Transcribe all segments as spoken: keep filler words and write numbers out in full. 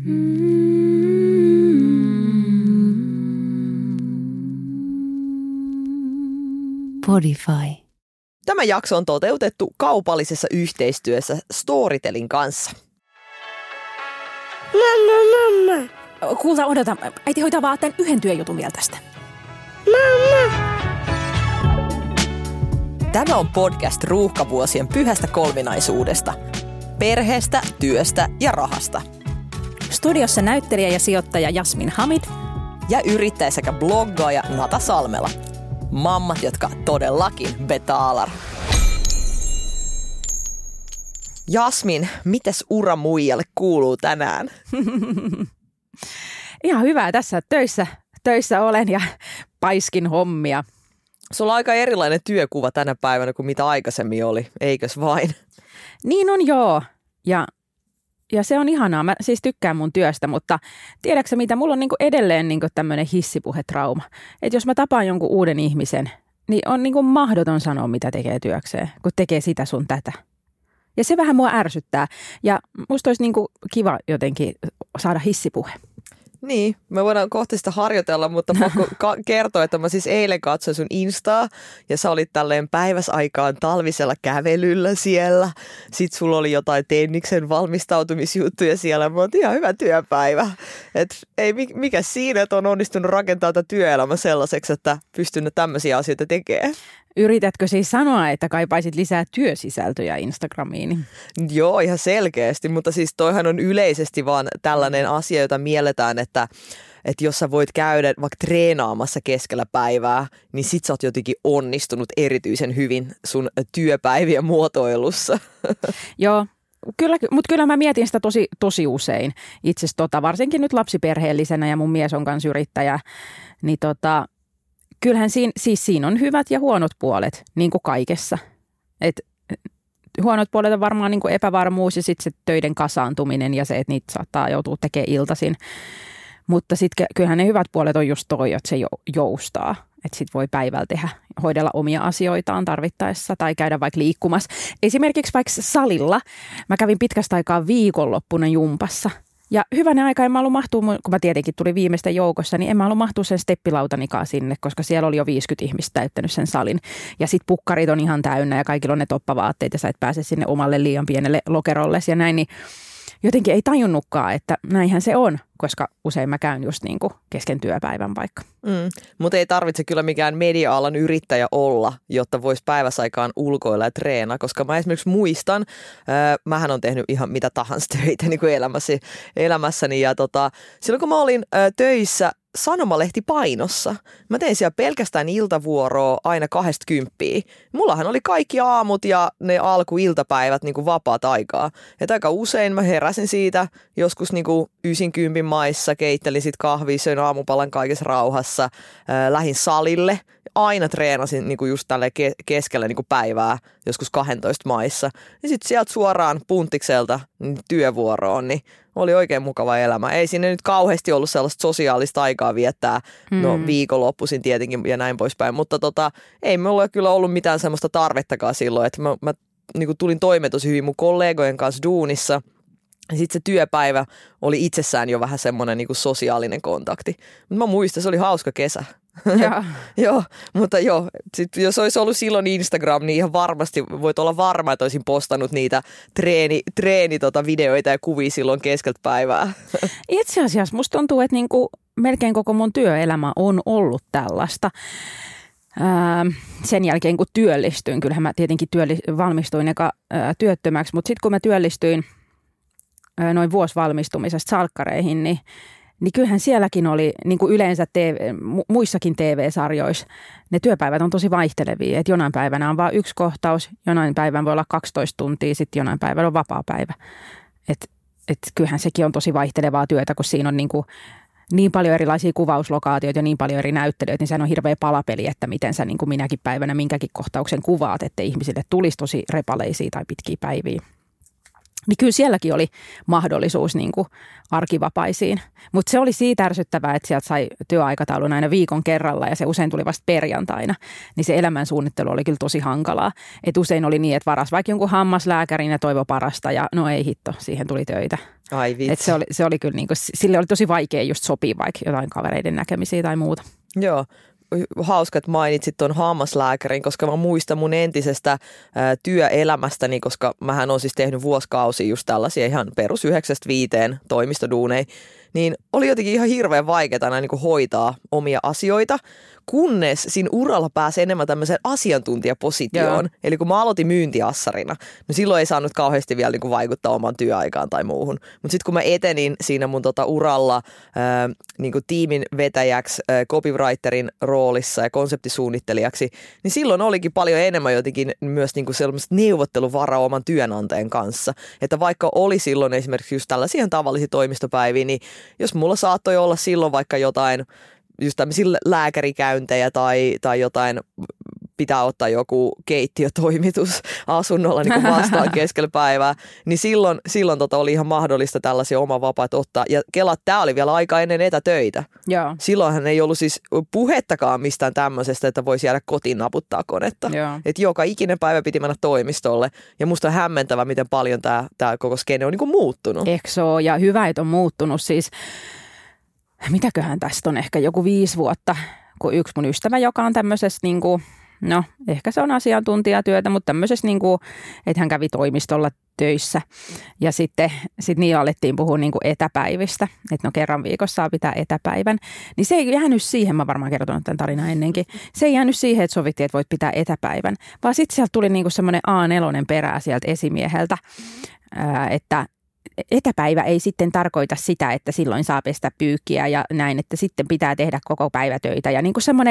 Spotify. Tämä jakso on toteutettu kaupallisessa yhteistyössä Storytelin kanssa. Mamma, mamma. Kuulta, odota. Äiti hoitaa vaan tämän yhden työjutun vielä tästä. Mamma. Tämä on podcast ruuhkavuosien pyhästä kolminaisuudesta. Perheestä, työstä ja rahasta. Studiossa näyttelijä ja sijoittaja Jasmin Hamid. Ja yrittäjä sekä bloggaaja Nata Salmela. Mammat, jotka todellakin betaalar. Jasmin, mites ura muijalle kuuluu tänään? Ihan hyvää tässä töissä, töissä olen ja paiskin hommia. Sulla on aika erilainen työkuva tänä päivänä kuin mitä aikaisemmin oli, eikös vain? Niin on joo. Ja, ja se on ihanaa. Mä siis tykkään mun työstä, mutta tiedätkö mitä? Mulla on niinku edelleen niinku tämmöinen hissipuhetrauma. Että jos mä tapaan jonkun uuden ihmisen, niin on niinku mahdoton sanoa, mitä tekee työkseen, kun tekee sitä sun tätä. Ja se vähän mua ärsyttää. Ja musta olisi niinku kiva jotenkin saada hissipuhe. Niin, me voidaan kohta sitä harjoitella, mutta pakko kertoa, että mä siis eilen katsoin sun Instaa ja sä olit tälleen päiväsaikaan talvisella kävelyllä siellä. Sitten sulla oli jotain tenniksen valmistautumisjuttuja siellä. Mä oon ihan hyvä työpäivä. Et ei mikä siinä, että on onnistunut rakentamaan tätä työelämää sellaiseksi, että pystyn tämmöisiä asioita tekemään. Yritätkö siis sanoa, että kaipaisit lisää työsisältöjä Instagramiin? Joo, ihan selkeästi, mutta siis toihan on yleisesti vaan tällainen asia, jota mielletään, että, että jos sä voit käydä vaikka treenaamassa keskellä päivää, niin sit sä oot jotenkin onnistunut erityisen hyvin sun työpäivien muotoilussa. Joo. Kyllä, mutta kyllä mä mietin sitä tosi, tosi usein. Itse asiassa tota, varsinkin nyt lapsiperheellisenä ja mun mies on kanssa yrittäjä, niin tota... Kyllähän siinä, siis siinä on hyvät ja huonot puolet, niin kuin kaikessa. Et huonot puolet on varmaan niin kuin epävarmuus ja sitten se töiden kasaantuminen ja se, että niitä saattaa joutua tekemään iltaisin. Mutta sitten kyllähän ne hyvät puolet on just toi, että se joustaa. Että sitten voi päivällä tehdä, hoidella omia asioitaan tarvittaessa tai käydä vaikka liikkumassa. Esimerkiksi vaikka salilla. Mä kävin pitkästä aikaa viikonloppuna jumpassa. Ja hyvänä aika en mä ollut mahtua, kun mä tietenkin tulin viimeisten joukossa, niin en mä ollut mahtua sen steppilautanikaan sinne, koska siellä oli jo viisikymmentä ihmistä täyttänyt sen salin. Ja sit pukkarit on ihan täynnä ja kaikilla on ne toppavaatteet ja sä et pääse sinne omalle liian pienelle lokerolle ja näin. Niin jotenkin ei tajunnutkaan, että näinhän se on, koska usein mä käyn just niin kuin kesken työpäivän vaikka. Mm, mutta ei tarvitse kyllä mikään media-alan yrittäjä olla, jotta voisi päiväsaikaan ulkoilla ja treenaa, koska mä esimerkiksi muistan, äh, mähän on tehnyt ihan mitä tahansa töitä niin kuin elämässäni, elämässäni ja tota, silloin kun mä olin äh, töissä sanomalehtipainossa. Mä tein siellä pelkästään iltavuoroa aina kahdesta kymppiä. Mullahan oli kaikki aamut ja ne alkuiltapäivät niin kuin vapaat aikaa. Et aika usein mä heräsin siitä joskus niin kuin ysinkympin maissa, keittelin sit kahvia, söin aamupalan kaikessa rauhassa, äh, lähdin salille. Aina treenasin niin kuin just tälle keskellä niin kuin päivää, joskus kaksitoista maissa. Ja sitten sieltä suoraan punttikselta niin työvuoroon, niin oli oikein mukava elämä. Ei sinne nyt kauheasti ollut sellaista sosiaalista aikaa viettää, mm. no viikonloppuisin tietenkin ja näin poispäin. Mutta tota, ei mulla kyllä ollut mitään semmoista tarvettakaan silloin, että mä, mä niin kuin tulin toimeen tosi hyvin mun kollegojen kanssa duunissa. Sitten se työpäivä oli itsessään jo vähän semmoinen niin kuin sosiaalinen kontakti. Mutta mä muistan, se oli hauska kesä. Joo, mutta joo, sit jos olisi ollut silloin Instagram, niin ihan varmasti voit olla varma, että olisin postannut niitä treeni, treeni tota videoita ja kuvia silloin keskeltä päivää. Itse asiassa musta tuntuu, että niinku melkein koko mun työelämä on ollut tällaista. Ää, sen jälkeen kun työllistyin, kyllähän mä tietenkin työlli- valmistuin eka ää, työttömäksi, mutta sitten kun mä työllistyin ää, noin vuosi valmistumisesta salkkareihin, niin Niin kyllähän sielläkin oli, niin kuin yleensä T V, muissakin T V-sarjoissa, ne työpäivät on tosi vaihtelevia. Että jonain päivänä on vain yksi kohtaus, jonain päivän voi olla kaksitoista tuntia, sitten jonain päivänä on vapaa päivä. Että et kyllähän sekin on tosi vaihtelevaa työtä, kun siinä on niin, kuin niin paljon erilaisia kuvauslokaatioita ja niin paljon eri näyttelijöitä, niin sehän on hirveä palapeli, että miten sä niin kuin minäkin päivänä minkäkin kohtauksen kuvaat, että ihmisille tulisi tosi repaleisia tai pitkiä päiviä. Niin kyllä sielläkin oli mahdollisuus niin kuin arkivapaisiin. Mutta se oli siitä ärsyttävää, että sieltä sai työaikataulun aina viikon kerralla ja se usein tuli vasta perjantaina. Niin se elämän suunnittelu oli kyllä tosi hankalaa. Et usein oli niin, että varas vaikka jonkun hammaslääkärin ja toivo parasta ja no ei hitto, siihen tuli töitä. Ai vitsi. Et se, oli, se oli kyllä niin kuin, sille oli tosi vaikea just sopia vaikka jotain kavereiden näkemisiä tai muuta. Joo. Hauska, että mainitsit tuon hammaslääkärin, koska mä muistan mun entisestä ää, työelämästäni, koska mähän on siis tehnyt vuosikausia just tällaisia ihan perus yhdeksästä viiteen toimistoduuneja, niin oli jotenkin ihan hirveän vaikeaa aina niin kuin hoitaa omia asioita, kunnes siinä uralla pääsi enemmän tämmöiseen asiantuntijapositioon. Joo. Eli kun mä aloitin myyntiassarina, niin silloin ei saanut kauheasti vielä niin kuin vaikuttaa omaan työaikaan tai muuhun. Mutta sitten kun mä etenin siinä mun tota uralla ää, niin kuin tiimin vetäjäksi, ää, copywriterin roolissa ja konseptisuunnittelijaksi, niin silloin olikin paljon enemmän jotenkin myös niin kuin sellaista neuvotteluvaraa oman työnantajan kanssa. Että vaikka oli silloin esimerkiksi just tällaisia tavallisia toimistopäiviä, niin jos mulla saattoi olla silloin vaikka jotain just tämmöisiä lääkärikäyntejä tai, tai jotain, pitää ottaa joku keittiötoimitus asunnolla niin kuin vastaan keskellä päivää, niin silloin, silloin tota oli ihan mahdollista tällaisia omavapaita ottaa. Ja kela, tämä oli vielä aika ennen etätöitä. Joo. Silloinhan ei ollut siis puhettakaan mistään tämmöisestä, että voisi jäädä kotiin naputtaa konetta. Että joka ikinen päivä piti mennä toimistolle. Ja musta on hämmentävä, miten paljon tämä, tämä koko skene on niin kuin muuttunut. Eikö se ole? Ja hyvä, että on muuttunut siis. Mitäköhän tästä on ehkä joku viisi vuotta, kun yksi mun ystävä, joka on tämmöisessä, niin kuin, no ehkä se on asiantuntijatyötä, mutta tämmöisessä, niin kuin, että hän kävi toimistolla töissä. Ja sitten sit niin alettiin puhua niin kuin etäpäivistä, että no kerran viikossa saa pitää etäpäivän. Niin se ei jäänyt siihen, mä varmaan kertonut tämän tarinan ennenkin, se ei jäänyt siihen, että sovittiin, että voit pitää etäpäivän, vaan sitten sieltä tuli niin kuin semmoinen A neljä perää sieltä esimieheltä, ää, että etäpäivä ei sitten tarkoita sitä, että silloin saa pestä pyykkiä ja näin, että sitten pitää tehdä koko päivä töitä. Ja niin kuin semmoinen,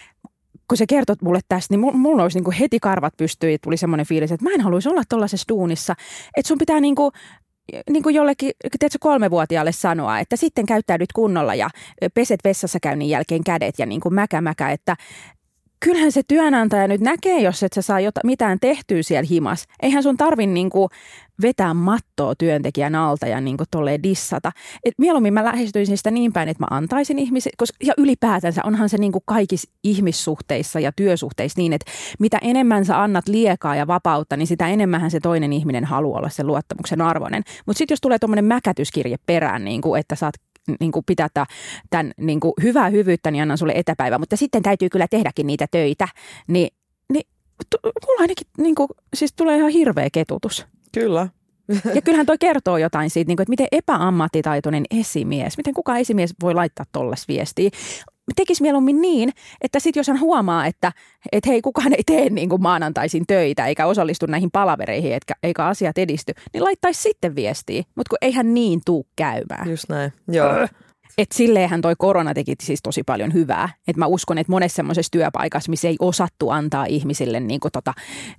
kun sä kertot mulle tästä, niin mulla olisi niin kuin heti karvat pystyy, että tuli semmoinen fiilis, että mä en haluaisi olla tuollaisessa duunissa. Että sun pitää niin kuin, niin kuin jollekin, tiedätkö, kolmevuotiaalle sanoa, että sitten käyttäydyt kunnolla ja peset vessassa käynnin jälkeen kädet ja niin kuin mäkä mäkä, että kyllähän se työnantaja nyt näkee, jos et sä saa jota, mitään tehtyä siellä himas. Eihän sun tarvi niinku vetää mattoa työntekijän alta ja niinku tolleen dissata. Et mieluummin mä lähestyisin sitä niin päin, että mä antaisin ihmisiä, koska ja ylipäätänsä onhan se niinku kaikissa ihmissuhteissa ja työsuhteissa niin, että mitä enemmän sä annat liekaa ja vapautta, niin sitä enemmän se toinen ihminen haluaa olla sen luottamuksen arvoinen. Mutta sitten jos tulee tommoinen mäkätyskirje perään, niinku, että saat niin kuin pitää tämän niin kuin hyvää hyvyyttä, niin annan sulle etäpäivä, mutta sitten täytyy kyllä tehdäkin niitä töitä, niin, niin t- mulla ainakin niin kuin, siis tulee ihan hirveä ketutus. Kyllä. Ja kyllähän toi kertoo jotain siitä, niin kuin, että miten epäammattitaitoinen esimies, miten kuka esimies voi laittaa tolles viestiä. Tekisi mieluummin niin, että sitten jos hän huomaa, että et hei, kukaan ei tee niin kuin maanantaisin töitä eikä osallistu näihin palavereihin eikä, eikä asiat edisty, niin laittaisi sitten viestiä, mutta kun eihän niin tuu käymään. Just näin, joo. Öö. Että silleenhän toi korona teki siis tosi paljon hyvää. Että mä uskon, että monessa semmoisessa työpaikassa, missä ei osattu antaa ihmisille niinku tota,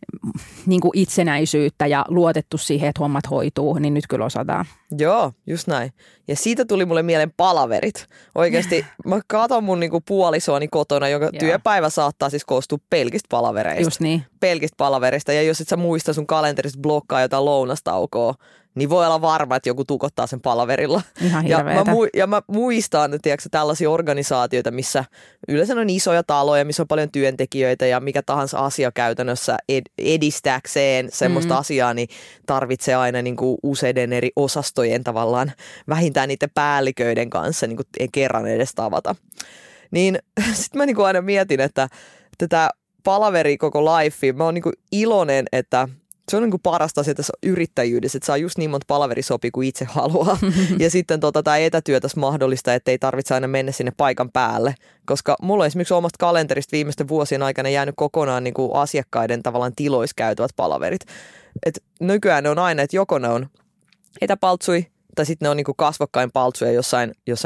niinku itsenäisyyttä ja luotettu siihen, että hommat hoituu, niin nyt kyllä osataan. Joo, just näin. Ja siitä tuli mulle mieleen palaverit. Oikeasti mä katon mun niinku puolisoani kotona, jonka Joo. työpäivä saattaa siis koostua pelkistä palavereista. Just niin. Pelkistä palaverista. Ja jos et sä muista sun kalenterista blokkaa jotain lounastaukoa, niin voi olla varma, että joku tukottaa sen palaverilla. Ihan ja mä, mu- ja mä muistan, tiedätkö, tällaisia organisaatioita, missä yleensä on isoja taloja, missä on paljon työntekijöitä ja mikä tahansa asia käytännössä ed- edistääkseen semmoista mm-hmm. asiaa, niin tarvitsee aina niin kuin useiden eri osastojen tavallaan vähintään niiden päälliköiden kanssa niin kuin kerran edes tavata. Niin sitten mä niin kuin aina mietin, että tätä palaveri koko life, mä oon niin kuin iloinen, että se on niin kuin parasta asia tässä yrittäjyydessä, että saa just niin monta palaverisopia kuin itse haluaa. Ja sitten tota, tämä etätyö tässä mahdollista, että ei tarvitse aina mennä sinne paikan päälle. Koska mulla on esimerkiksi omasta kalenterista viimeisten vuosien aikana jäänyt kokonaan niin kuin asiakkaiden tavallaan tiloissa käytävät palaverit. Et nykyään ne on aina, että joko ne on etäpaltsui, tai sitten ne on niin kuin kasvokkain paltsuja jossain, jossain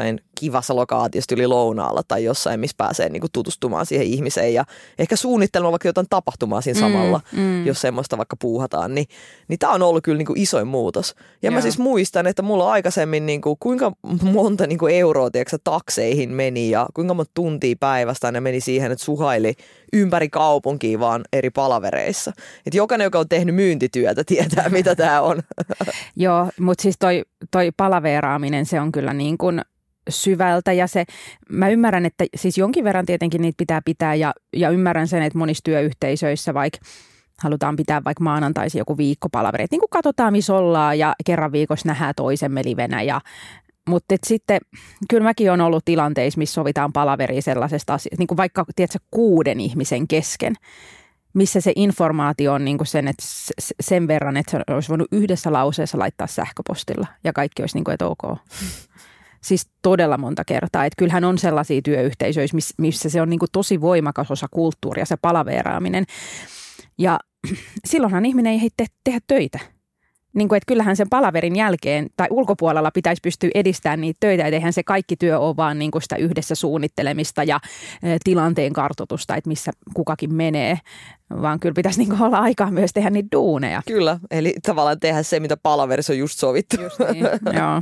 kivassa lokaatiosta yli lounaalla tai jossain, missä pääsee niin kuin tutustumaan siihen ihmiseen ja ehkä suunnittelemaan vaikka jotain tapahtumaa siinä samalla, mm, mm. jos semmoista vaikka puuhataan, niin, niin tämä on ollut kyllä niin kuin isoin muutos. Ja Joo. mä siis muistan, että mulla aikaisemmin niin kuin, kuinka monta niin kuin euroa tiedätkö, takseihin meni ja kuinka monta tuntia päivästä ne meni siihen, että suhaili ympäri kaupunkia vaan eri palavereissa. Et jokainen, joka on tehnyt myyntityötä, tietää, mitä tämä on. Joo, mutta siis toi, toi palaveeraaminen, se on kyllä niin kuin syvältä ja se, mä ymmärrän, että siis jonkin verran tietenkin niitä pitää pitää ja, ja ymmärrän sen, että monissa työyhteisöissä vaikka halutaan pitää vaikka maanantaisin joku viikkopalaveri, että niin kuin katsotaan missä ollaan ja kerran viikossa nähdään toisemme livenä ja mutta sitten kyllä mäkin olen ollut tilanteissa, missä sovitaan palaveria sellaisesta asiasta, niin kuin vaikka tiedätkö, kuuden ihmisen kesken, missä se informaatio on niin kuin sen, että sen verran, että se olisi voinut yhdessä lauseessa laittaa sähköpostilla ja kaikki olisi niin kuin, että ok. Siis todella monta kertaa. Että kyllähän on sellaisia työyhteisöissä, missä se on niin kuin tosi voimakas osa kulttuuria, se palaveeraaminen. Ja silloinhan ihminen ei te- tehdä töitä. Niin kuin, että kyllähän sen palaverin jälkeen tai ulkopuolella pitäisi pystyä edistämään niitä töitä, että eihän se kaikki työ ole vaan niin kuin sitä yhdessä suunnittelemista ja e, tilanteen kartoitusta, että missä kukakin menee, vaan kyllä pitäisi niin kuin olla aikaa myös tehdä niitä duuneja. Kyllä, eli tavallaan tehdä se, mitä palaverissa on just sovittu. Just niin, joo.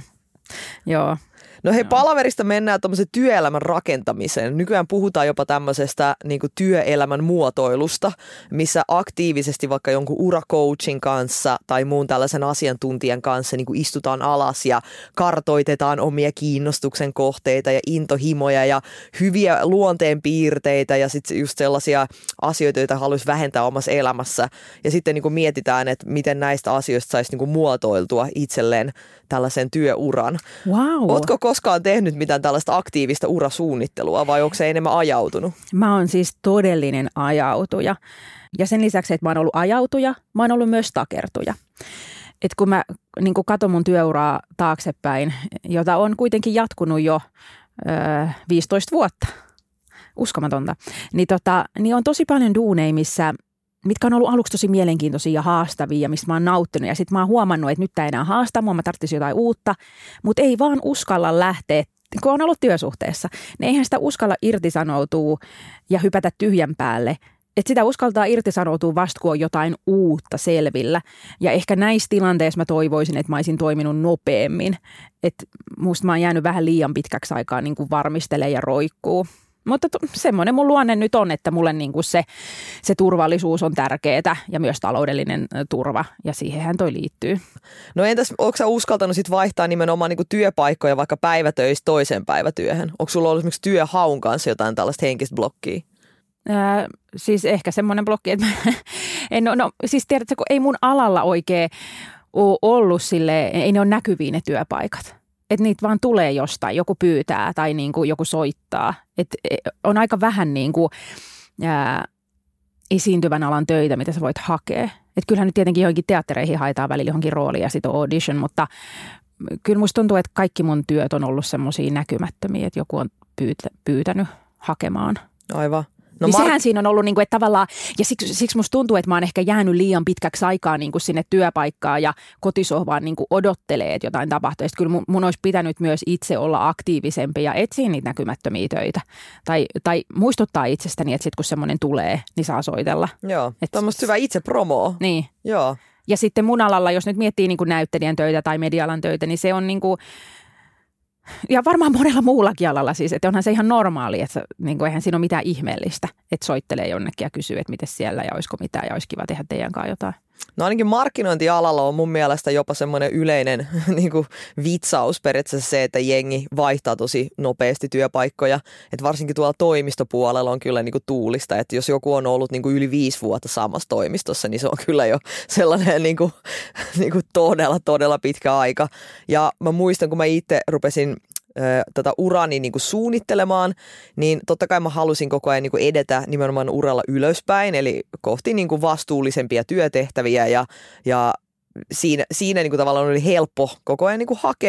Joo. No hei, palaverista mennään tuommoisen työelämän rakentamiseen. Nykyään puhutaan jopa tämmöisestä niin kuin työelämän muotoilusta, missä aktiivisesti vaikka jonkun uracoachin kanssa tai muun tällaisen asiantuntijan kanssa niin kuin istutaan alas ja kartoitetaan omia kiinnostuksen kohteita ja intohimoja ja hyviä luonteenpiirteitä ja sitten just sellaisia asioita, joita haluaisi vähentää omassa elämässä. Ja sitten niin kuin mietitään, että miten näistä asioista saisi niin kuin muotoiltua itselleen tällaisen työuran. Wow. Ootko koskaan tehnyt mitään tällaista aktiivista urasuunnittelua vai onko se enemmän ajautunut? Mä oon siis todellinen ajautuja. Ja sen lisäksi, että mä oon ollut ajautuja, mä oon ollut myös takertuja. Et kun mä niin kun katon mun työuraa taaksepäin, jota on kuitenkin jatkunut jo ö, viisitoista vuotta, uskomatonta, niin, tota, niin on tosi paljon duuneja, missä mitkä on ollut aluksi tosi mielenkiintoisia ja haastavia ja mistä mä oon nauttinut. Ja sitten mä oon huomannut, että nyt tää ei enää haasta mua, mä tarvitsin jotain uutta, mutta ei vaan uskalla lähteä, kun on ollut työsuhteessa. Niin eihän sitä uskalla irtisanoutua ja hypätä tyhjän päälle. Että sitä uskaltaa irtisanoutua vasta, kun on jotain uutta selvillä. Ja ehkä näissä tilanteissa mä toivoisin, että mä olisin toiminut nopeammin. Että musta mä oon jäänyt vähän liian pitkäksi aikaa niin kuin varmistelee ja roikkuu. Mutta to, semmoinen mun luonne nyt on, että mulle niinku se, se turvallisuus on tärkeää ja myös taloudellinen turva ja siihenhän toi liittyy. No entäs, onko sä uskaltanut sit vaihtaa nimenomaan niinku työpaikkoja vaikka päivätöistä toiseen päivätyöhön? Onko sulla ollut esimerkiksi työhaun kanssa jotain tällaista henkistä blokkia? Ää, siis ehkä semmoinen blokki, että mä, en, no, no siis tiedätkö, kun ei mun alalla oikein ole ollut silleen, ei ne ole näkyviä ne työpaikat. Että niitä vaan tulee jostain, joku pyytää tai niin kuin joku soittaa. Että on aika vähän niin kuin, ää, esiintyvän alan töitä, mitä sä voit hakea. Että kyllähän nyt tietenkin johonkin teattereihin haetaan välillä johonkin rooliin ja sitten on audition, mutta kyllä musta tuntuu, että kaikki mun työt on ollut semmoisia näkymättömiä, että joku on pyytä, pyytänyt hakemaan. Aivan. No niin Mark... sehän siinä on ollut, niin kuin, että tavallaan, ja siksi, siksi musta tuntuu, että mä oon ehkä jäänyt liian pitkäksi aikaa niin kuin sinne työpaikkaan ja kotisohvaan niin kuin odottelee, että jotain tapahtuu. Ja kyllä mun, mun olisi pitänyt myös itse olla aktiivisempi ja etsiä niitä näkymättömiä töitä. Tai, tai muistuttaa itsestäni, että sitten kun semmoinen tulee, niin saa soitella. Joo, tämmöistä hyvä itse promoa. Niin. Joo. Ja sitten mun alalla, jos nyt miettii niin kuin näyttelijän töitä tai media-alan töitä, niin se on niin kuin, ja varmaan monella muullakin alalla siis, että onhan se ihan normaali, että niin kuin, eihän siinä ole mitään ihmeellistä, että soittelee jonnekin ja kysyy, että miten siellä ja olisiko mitään ja olisi kiva tehdä teidän kanssa jotain. No ainakin markkinointialalla on mun mielestä jopa semmoinen yleinen niin kuin vitsaus periaatteessa se, että jengi vaihtaa tosi nopeasti työpaikkoja. Että varsinkin tuolla toimistopuolella on kyllä niin kuin tuulista, että jos joku on ollut niin kuin yli viisi vuotta samassa toimistossa, niin se on kyllä jo sellainen niin kuin, niin kuin todella, todella pitkä aika. Ja mä muistan, kun mä itse rupesin tätä urani niin kuin suunnittelemaan, niin totta kai mä halusin koko ajan niin kuin edetä nimenomaan uralla ylöspäin, eli kohti niin kuin vastuullisempia työtehtäviä ja, ja siinä, siinä niin kuin tavallaan oli helppo koko ajan niin kuin hakea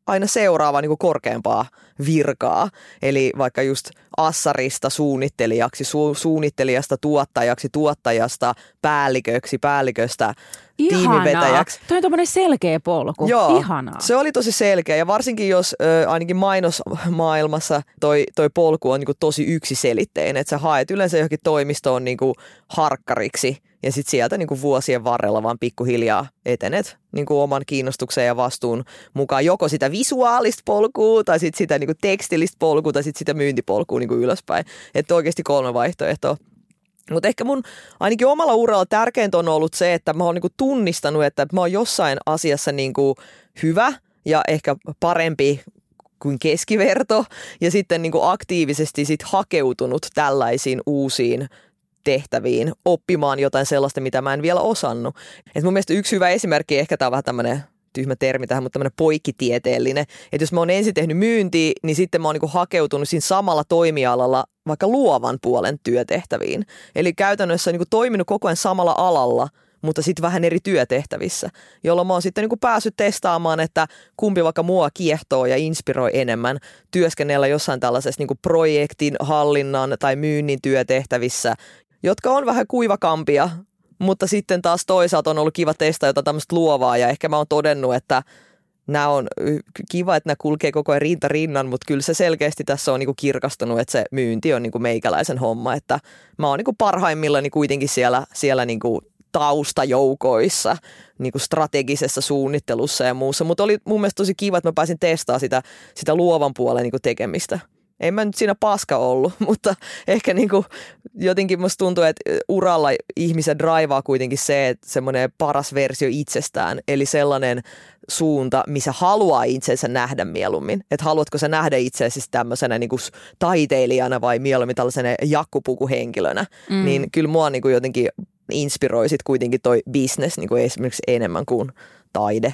aina seuraavaa niin kuin korkeampaa virkaa. Eli vaikka just assarista suunnittelijaksi, su- suunnittelijasta tuottajaksi, tuottajasta päälliköksi, päälliköstä tiimivetäjäksi. Tuo on tommoinen selkeä polku. Joo, ihanaa. Se oli tosi selkeä ja varsinkin jos ö, ainakin mainosmaailmassa toi, toi polku on niin kuin tosi yksiselitteinen, että sä haet yleensä johonkin toimistoon niin kuin harkkariksi ja sitten sieltä niin kuin vuosien varrella vaan pikkuhiljaa etenet niin kuin oman kiinnostuksen ja vastuun mukaan joko sitä visuaalista polkua tai sitten sitä niin kuin tekstillistä polkua tai sitten sitä myyntipolkua niin kuin ylöspäin. Että oikeasti kolme vaihtoehtoa. Mutta ehkä mun ainakin omalla uralla tärkeintä on ollut se, että mä oon niinku tunnistanut, että mä oon jossain asiassa niinku hyvä ja ehkä parempi kuin keskiverto ja sitten niinku aktiivisesti sit hakeutunut tällaisiin uusiin tehtäviin, oppimaan jotain sellaista, mitä mä en vielä osannut. Et mun mielestä yksi hyvä esimerkki, ehkä tää on vähän tämmönen tyhmä termi tähän, mutta tämmöinen poikkitieteellinen. Että jos mä oon ensin tehnyt myyntiä, niin sitten mä oon niinku hakeutunut siinä samalla toimialalla vaikka luovan puolen työtehtäviin. Eli käytännössä niinku toiminut koko ajan samalla alalla, mutta sitten vähän eri työtehtävissä, jolloin mä oon sitten niinku päässyt testaamaan, että kumpi vaikka mua kiehtoo ja inspiroi enemmän työskennellä jossain tällaisessa niinku projektin, hallinnan tai myynnin työtehtävissä, jotka on vähän kuivakampia, mutta sitten taas toisaalta on ollut kiva testaa jotain tämmöistä luovaa ja ehkä mä oon todennut, että nämä on kiva, että nämä kulkee koko ajan rinta rinnan, mutta kyllä se selkeästi tässä on niinku kirkastunut, että se myynti on niinku meikäläisen homma, että mä oon niinku parhaimmillani kuitenkin siellä, siellä niinku taustajoukoissa, niinku strategisessa suunnittelussa ja muussa, mutta oli mun mielestä tosi kiva, että mä pääsin testaamaan sitä, sitä luovan puolen niinku tekemistä. En mä nyt siinä paska ollut, mutta ehkä niinku jotenkin musta tuntuu, että uralla ihmisen draivaa kuitenkin se, että semmoinen paras versio itsestään, eli sellainen suunta, missä haluaa itsensä nähdä mieluummin. Että haluatko sä nähdä itseäsi tämmöisenä niinku taiteilijana vai mieluummin tällaisena jakkupukuhenkilönä, mm. niin kyllä mua niinku jotenkin inspiroi sit kuitenkin toi business niinku esimerkiksi enemmän kuin taide.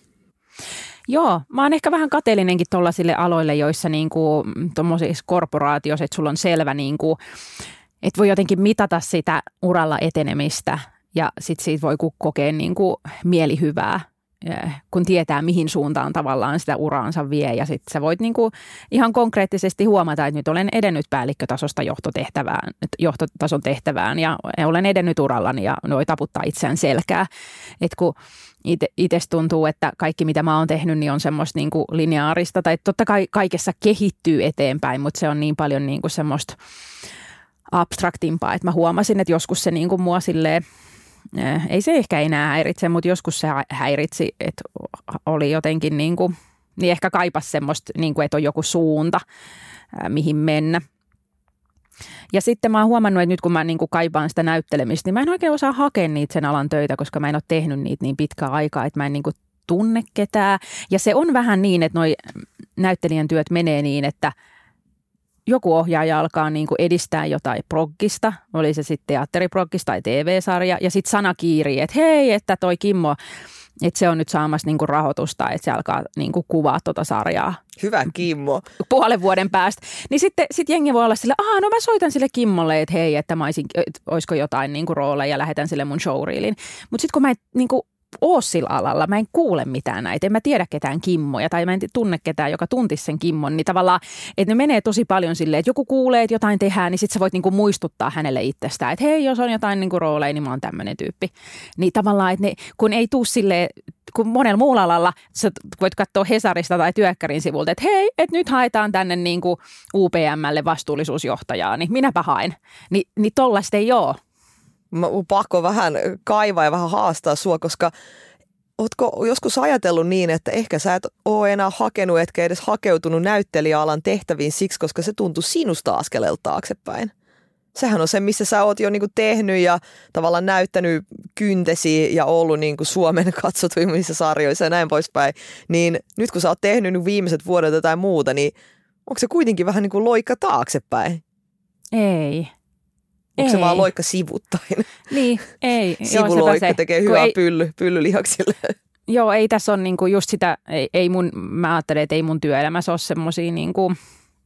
Joo, mä oon ehkä vähän kateellinenkin tuollaisille aloille, joissa niinku tuommoisissa korporaatioissa, että sulla on selvä, niinku, että voi jotenkin mitata sitä uralla etenemistä ja sitten siitä voi kokea niinku mielihyvää, kun tietää mihin suuntaan tavallaan sitä uraansa vie ja sitten sä voit niinku ihan konkreettisesti huomata, että nyt olen edennyt päällikkötasosta johtotehtävään, johtotason tehtävään ja olen edennyt urallani ja voi taputtaa itseään selkää, että kun itse tuntuu, että kaikki mitä mä oon tehnyt niin on semmoista niinku lineaarista tai totta kai kaikessa kehittyy eteenpäin, mutta se on niin paljon niinku semmoista abstraktimpaa, että mä huomasin, että joskus se niinku mua silleen, ei se ehkä enää häiritse, mutta joskus se häiritsi, että oli jotenkin niinku, niin ehkä kaipas semmoista, niinku, että on joku suunta, mihin mennä. Ja sitten mä oon huomannut, että nyt kun mä niinku kaipaan sitä näyttelemistä, niin mä en oikein osaa hakea niitä sen alan töitä, koska mä en ole tehnyt niitä niin pitkään aikaa, että mä en niinku tunne ketään. Ja se on vähän niin, että noi näyttelijän työt menee niin, että joku ohjaaja alkaa niinku edistää jotain proggista, oli se sitten teatteriproggista tai T V-sarja, ja sitten sana kiirii, että hei, että toi Kimmo, että se on nyt saamassa niinku rahoitusta, että se alkaa niinku kuvaa tuota sarjaa. Hyvä Kimmo. Puolen vuoden päästä. Niin sitten sit jengi voi olla sille, aah no mä soitan sille Kimmolle, että hei, että mä olisin, että olisiko jotain niinku rooleja ja lähetän sille mun showreelin. Mutta sitten kun mä en niinku oo sillä alalla, mä en kuule mitään näitä, en mä tiedä ketään Kimmoja tai mä en tunne ketään, joka tuntisi sen Kimmon, niin tavallaan, että ne menee tosi paljon silleen, että joku kuulee, että jotain tehdään, niin sit sä voit niinku muistuttaa hänelle itsestään, että hei, jos on jotain niinku rooleja, niin mä oon tämmönen tyyppi. Niin tavallaan, että ne, kun ei tuu silleen, kun monella muulla alalla sä voit katsoa Hesarista tai Työkkärin sivulta, että hei, että nyt haetaan tänne niinku U P M:lle vastuullisuusjohtajaa, niin minäpä haen. Ni, niin tollaista ei oo. Mä oon pakko vähän kaivaa ja vähän haastaa sua, koska ootko joskus ajatellut niin, että ehkä sä et ole enää hakenut, etkä edes hakeutunut näyttelijäalan tehtäviin siksi, koska se tuntui sinusta askeleelta taaksepäin. Sehän on se, missä sä oot jo niinku tehnyt ja tavallaan näyttänyt kyntesi ja ollut niinku Suomen katsotuimmissa sarjoissa ja näin poispäin. Niin nyt kun sä oot tehnyt viimeiset vuodet jotain muuta, niin onko se kuitenkin vähän niin kuin loikka taaksepäin? Ei. Onko ei. se vaan loikka sivuttain? Niin, ei. Sivuloikka Joo, tekee hyvää ei, pylly, pyllylihaksille. Joo, ei tässä on niinku just sitä, ei, ei mun, mä ajattelen, että ei mun työelämässä ole semmosia niinku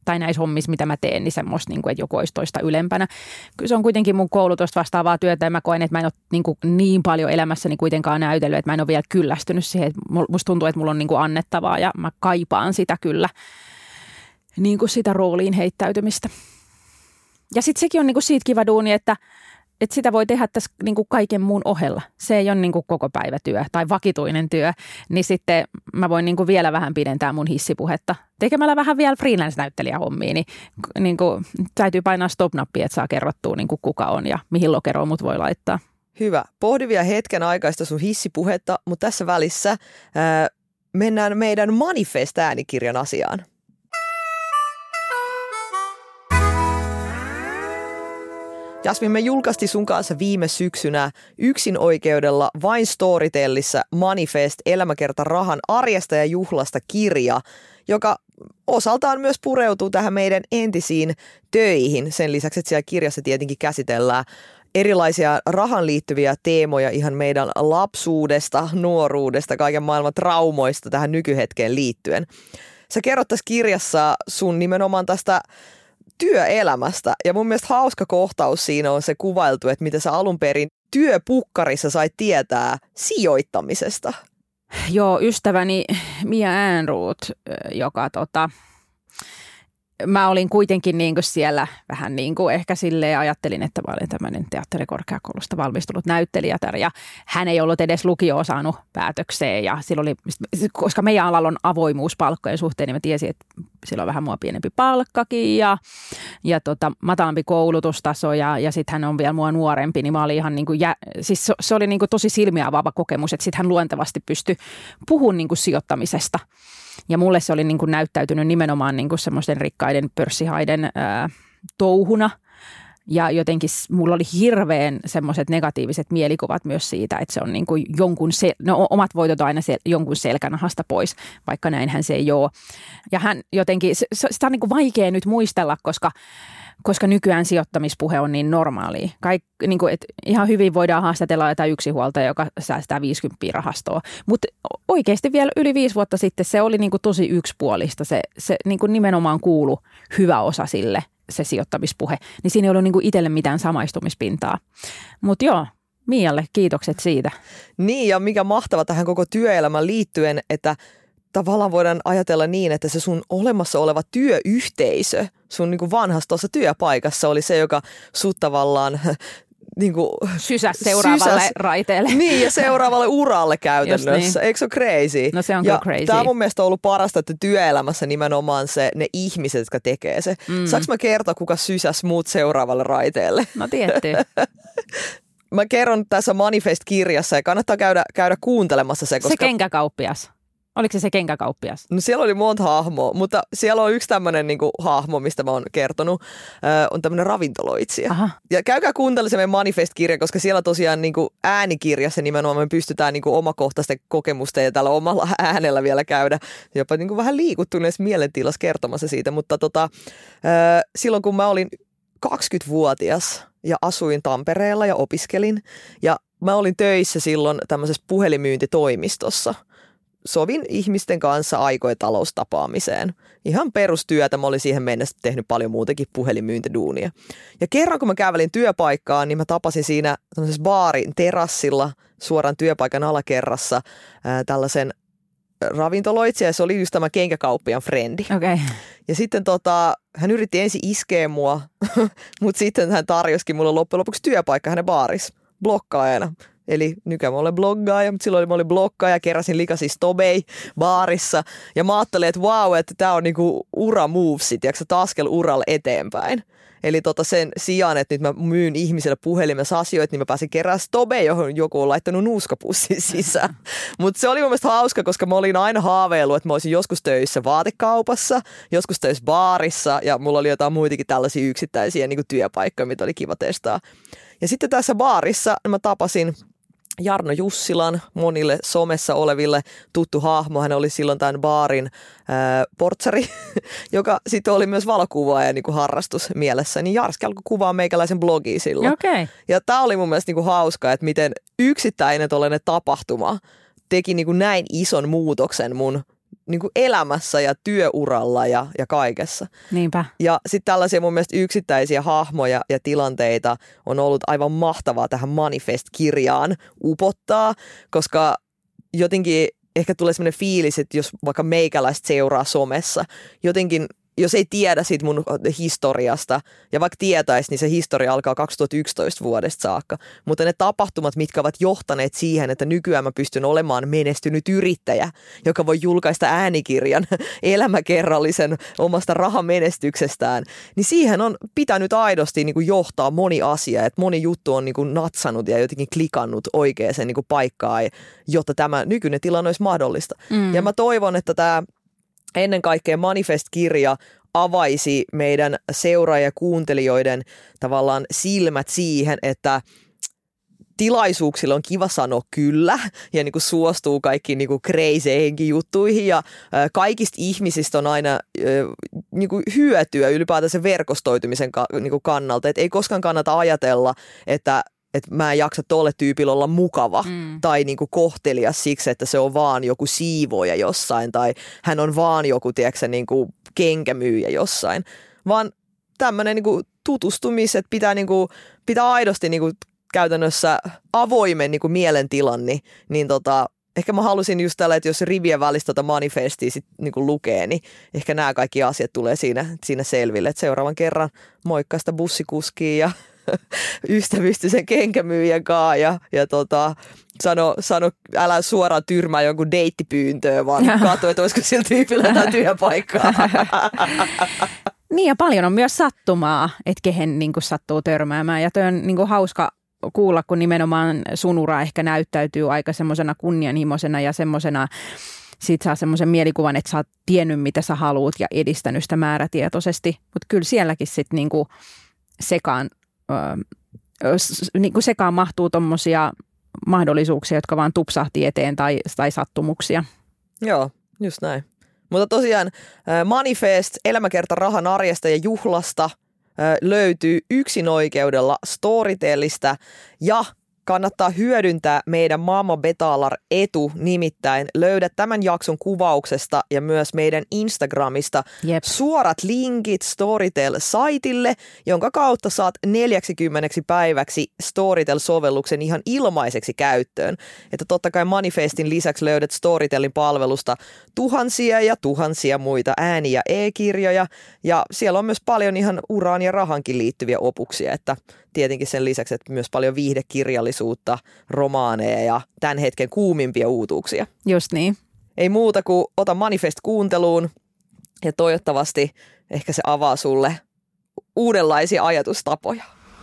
tai näissä hommissa, mitä mä teen, niin semmoista, niin kuin, että joku olisi toista ylempänä. Kyllä se on kuitenkin mun koulutusta vastaavaa työtä ja mä koen, että mä en ole niin, kuin, niin paljon elämässäni kuitenkaan näytellyt, että mä en ole vielä kyllästynyt siihen. Että musta tuntuu, että mulla on niin kuin annettavaa ja mä kaipaan sitä kyllä, niin kuin sitä rooliin heittäytymistä. Ja sitten sekin on niin kuin siitä kiva duuni, että että sitä voi tehdä tässä niin kuin kaiken muun ohella. Se ei ole niin kuin koko päivätyö tai vakituinen työ, niin sitten mä voin niin kuin vielä vähän pidentää mun hissipuhetta. Tekemällä vähän vielä freelance-näyttelijähommia, niin, niin kuin, täytyy painaa stop-nappia, että saa kerrottua niin kuin kuka on ja mihin lokeroon mut voi laittaa. Hyvä. Pohdi vielä hetken aikaista sun hissipuhetta, mutta tässä välissä ää, mennään meidän Manifest-äänikirjan asiaan. Jasmin, me julkaistiin sun kanssa viime syksynä yksin oikeudella vain Storytellissa Manifest elämäkerta rahan arjesta ja juhlasta -kirja, joka osaltaan myös pureutuu tähän meidän entisiin töihin. Sen lisäksi, että siellä kirjassa tietenkin käsitellään erilaisia rahan liittyviä teemoja ihan meidän lapsuudesta, nuoruudesta, kaiken maailman traumoista tähän nykyhetkeen liittyen. Sä kerrot tässä kirjassa sun nimenomaan tästä työelämästä. Ja mun mielestä hauska kohtaus siinä on se kuvailtu, että mitä sä alun perin työpukkarissa sait tietää sijoittamisesta. Joo, ystäväni Mia Äänruut, joka tota, mä olin kuitenkin niin kuin siellä vähän niin kuin ehkä silleen ajattelin, että mä olin tämmöinen teatterikorkeakoulusta valmistunut näyttelijätär ja hän ei ollut edes lukio saanut päätökseen ja silloin oli, koska meidän alalla on avoimuus palkkojen suhteen, niin mä tiesin, että sillä on vähän mua pienempi palkkakin ja, ja tota, matalampi koulutustaso ja, ja sitten hän on vielä mua nuorempi, niin mä olin ihan niin kuin, jä, siis se, se oli niin kuin tosi silmiä avaava kokemus, että sitten hän luontevasti pystyi puhumaan niin kuin sijoittamisesta. Ja mulle se oli niin kuin näyttäytynyt nimenomaan niin kuin semmoisten rikkaiden pörssihaiden ää, touhuna. Ja jotenkin mulla oli hirveän semmoiset negatiiviset mielikuvat myös siitä, että se on niin kuin jonkun, sel- no omat voitot on aina sel- jonkun selkänahasta pois, vaikka näinhän se ei ole. Ja hän jotenkin, se, sitä on niin kuin vaikea nyt muistella, koska koska nykyään sijoittamispuhe on niin normaalia. Kaik, niin kuin, et ihan hyvin voidaan haastatella jotain yksinhuolta, joka säästää viisikymmentä rahastoa. Mutta oikeasti vielä yli viisi vuotta sitten se oli niin kuin tosi yksipuolista. Se, se niin kuin nimenomaan kuului hyvä osa sille, se sijoittamispuhe. Niin siinä ei ollut niin kuin itselle mitään samaistumispintaa. Mutta joo, Mialle kiitokset siitä. Niin, ja mikä mahtava tähän koko työelämään liittyen, että tavallaan voidaan ajatella niin, että se sun olemassa oleva työyhteisö sun niin kuin vanhassa tuossa työpaikassa oli se, joka sut tavallaan niin kuin sysäs seuraavalle sysäs, raiteelle. Niin, ja seuraavalle uralle käytännössä. Niin. Eikö se ole crazy? No se on ja crazy. Tämä on mun mielestä ollut parasta, että työelämässä nimenomaan se, ne ihmiset, jotka tekee se. Mm. Saanko mä kertoa, kuka sysäs muut seuraavalle raiteelle? No tietty. Mä kerron tässä Manifest-kirjassa ja kannattaa käydä, käydä kuuntelemassa se. Koska se kenkäkauppias. Oliko se se kenkäkauppias? No siellä oli monta hahmoa, mutta siellä on yksi tämmöinen niinku hahmo, mistä mä oon kertonut, äh, on tämmöinen ravintoloitsija. Aha. Ja käykää kuuntelemaan se meidän Manifest-kirja, koska siellä tosiaan niinku äänikirjassa nimenomaan me pystytään niinku omakohtaisten kokemusten ja tällä omalla äänellä vielä käydä jopa niinku vähän liikuttuneessa mielentilassa kertomassa siitä. Mutta tota, äh, silloin kun mä olin kaksikymmentävuotias ja asuin Tampereella ja opiskelin ja mä olin töissä silloin tämmöisessä puhelinmyyntitoimistossa. Sovin ihmisten kanssa aikoja taloustapaamiseen. Ihan perustyötä, mä olin siihen mennessä tehnyt paljon muutakin puhelinmyyntiduunia. Ja kerran kun mä kävelin työpaikkaan, niin mä tapasin siinä tämmöisessä baarin terassilla suoraan työpaikan alakerrassa ää, tällaisen ravintoloitsija. Se oli just tämä kenkäkauppiaan frendi. Okay. Ja sitten tota, hän yritti ensin iskeä mua, mutta sitten hän tarjosikin mulle loppujen lopuksi työpaikka hänen baarissa blokkaajana. Eli nykyään mä olen bloggaaja, mutta silloin mä olin bloggaaja, keräsin likaisia stobei baarissa. Ja mä ajattelin, että vau, wow, että tää on niinku ura-movesit, tiiäksä, askel uralle eteenpäin. Eli tota sen sijaan, että nyt mä myyn ihmiselle puhelimessa asioita, niin mä pääsin kerään stobei, johon joku on laittanut nuuskapussin sisään. Mutta se oli mun mielestä hauska, koska mä olin aina haaveillut, että mä olisin joskus töissä vaatekaupassa, joskus töissä baarissa ja mulla oli jotain muitakin tällaisia yksittäisiä niin kuin työpaikkoja, mitä oli kiva testaa. Ja sitten tässä baarissa mä tapasin Jarno Jussilan, monille somessa oleville tuttu hahmo. Hän oli silloin tämän baarin ää, portsari, joka sitten oli myös valokuvaaja niin kuin harrastus mielessä. Niin Jarski alkoi kuvaa meikäläisen blogia silloin. Okay. Ja tämä oli mun mielestä niin kuin hauska, että miten yksittäinen tollainen tapahtuma teki niin kuin näin ison muutoksen mun niin kuin elämässä ja työuralla ja, ja kaikessa. Niinpä. Ja sitten tällaisia mun mielestä yksittäisiä hahmoja ja tilanteita on ollut aivan mahtavaa tähän Manifest-kirjaan upottaa, koska jotenkin ehkä tulee sellainen fiilis, että jos vaikka meikäläistä seuraa somessa, jotenkin jos ei tiedä siitä mun historiasta, ja vaikka tietäisi, niin se historia alkaa kaksituhattayksitoista vuodesta saakka. Mutta ne tapahtumat, mitkä ovat johtaneet siihen, että nykyään mä pystyn olemaan menestynyt yrittäjä, joka voi julkaista äänikirjan elämäkerrallisen omasta rahamenestyksestään, niin siihen on pitänyt aidosti niin kuin johtaa moni asia, että moni juttu on niin kuin natsannut ja jotenkin klikannut oikeaan niin kuin paikkaan, jotta tämä nykyinen tilanne olisi mahdollista. Mm. Ja mä toivon, että tämä ennen kaikkea Manifest-kirja avaisi meidän seuraaja- ja kuuntelijoiden tavallaan silmät siihen, että tilaisuuksilla on kiva sanoa kyllä ja niin kuin suostuu kaikkiin niin kuin crazy juttuihin ja ä, kaikista ihmisistä on aina ä, niin kuin hyötyä ylipäätään verkostoitumisen ka, niin kuin kannalta. Et ei koskaan kannata ajatella, että että mä en jaksa tolle tyypillä olla mukava mm. tai niinku kohtelias siksi, että se on vaan joku siivoja jossain tai hän on vaan joku, tiedätkö, niinku kenkämyyjä jossain. Vaan tämmöinen niinku tutustumiset pitää, niinku, pitää aidosti niinku käytännössä avoimen niinku mielentilan, niin, niin tota, ehkä mä halusin just tällä, että jos rivien välistä tota Manifestia sit niinku lukee, niin ehkä nämä kaikki asiat tulee siinä, siinä selville. Et seuraavan kerran moikkaa sitä bussikuskia ja ystävysty sen kenkämyyjän kaa ja, ja tota, sano, sano, älä suoraan tyrmää jonkun deittipyyntöön, vaan katso, että olisiko sillä tyypillä jotain työpaikkaa. Niin ja paljon on myös sattumaa, että kehen niin kuin sattuu törmäämään ja toi on niin kuin hauska kuulla, kun nimenomaan sun ura ehkä näyttäytyy aika semmoisena kunnianhimoisena ja semmoisena, siitä saa semmoisen mielikuvan, että sä oot tiennyt mitä sä haluut ja edistänyt sitä määrätietoisesti, mutta kyllä sielläkin sitten niin kuin sekaan Öö, niin kuin sekaan mahtuu tommosia mahdollisuuksia, jotka vaan tupsahti eteen tai, tai sattumuksia. Joo, just näin. Mutta tosiaan Manifest, elämäkerta rahan arjesta ja juhlasta löytyy yksinoikeudella Storytelista ja kannattaa hyödyntää meidän Mamma Betalar-etu, nimittäin löydät tämän jakson kuvauksesta ja myös meidän Instagramista Jep. suorat linkit Storytel-saitille, jonka kautta saat neljäksikymmeneksi päiväksi Storytel-sovelluksen ihan ilmaiseksi käyttöön. Että totta kai Manifestin lisäksi löydät Storytelin palvelusta tuhansia ja tuhansia muita ääni- ja e-kirjoja ja siellä on myös paljon ihan uraan ja rahankin liittyviä opuksia, että tietenkin sen lisäksi, että myös paljon viihdekirjallisuutta, romaaneja ja tämän hetken kuumimpia uutuuksia. Just niin. Ei muuta kuin ota Manifest kuunteluun ja toivottavasti ehkä se avaa sulle uudenlaisia ajatustapoja.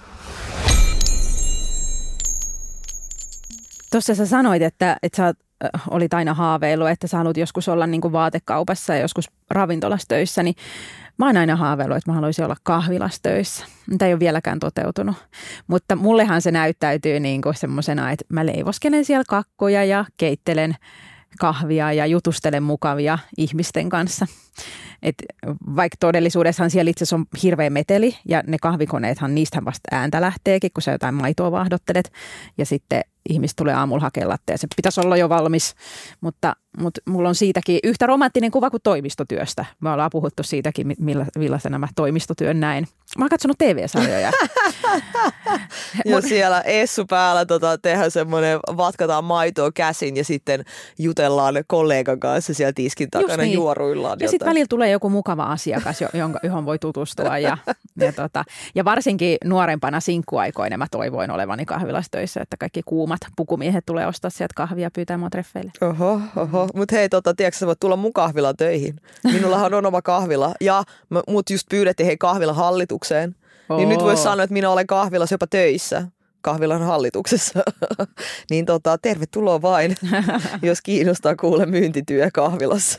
Tuossa sä sanoit, että, että sä olit aina haaveillut, että sä haluat joskus olla niin kuin vaatekaupassa ja joskus ravintolassa töissä, niin mä oon aina haaveillut, että mä haluaisin olla kahvilassa töissä. Tämä ei ole vieläkään toteutunut. Mutta mullehan se näyttäytyy niin kuin semmosena, että mä leivoskelen siellä kakkoja ja keittelen kahvia ja jutustelen mukavia ihmisten kanssa. Et vaikka todellisuudessahan siellä itse asiassa on hirveä meteli ja ne kahvikoneethan, niistähän vasta ääntä lähteekin, kun sä jotain maitoa vaahdottelet ja sitten ihmiset tulee aamulla hakemaan latte ja se pitäisi olla jo valmis, mutta, mutta mulla on siitäkin yhtä romanttinen kuva kuin toimistotyöstä. Me ollaan puhuttu siitäkin, millä, millaisena mä toimistotyön näin. Mä oon katsonut T V-sarjoja. Ja siellä essu päällä tota, tehdään semmoinen, vatkataan maitoa käsin ja sitten jutellaan kollegan kanssa siellä tiskin takana niin. Juoruillaan. Ja sitten välillä tulee joku mukava asiakas, johon voi tutustua. Ja, ja, tota, ja varsinkin nuorempana sinkkuaikoina mä toivoin olevani kahvilassa töissä, että kaikki kuumat pukumiehet tulee ostaa sieltä kahvia ja pyytää mua treffeille. Oho, oho. Mutta hei, tota, tiedätkö, sä voit tulla mun kahvilaan töihin. Minullahan on oma kahvila ja mut just pyydettiin hei kahvilan hallitukseen. Oh. Niin nyt voisi sanoa, että minä olen kahvilassa jopa töissä. Kahvilan hallituksessa. Niin tota, tervetuloa vain, jos kiinnostaa kuule myyntityö kahvilassa.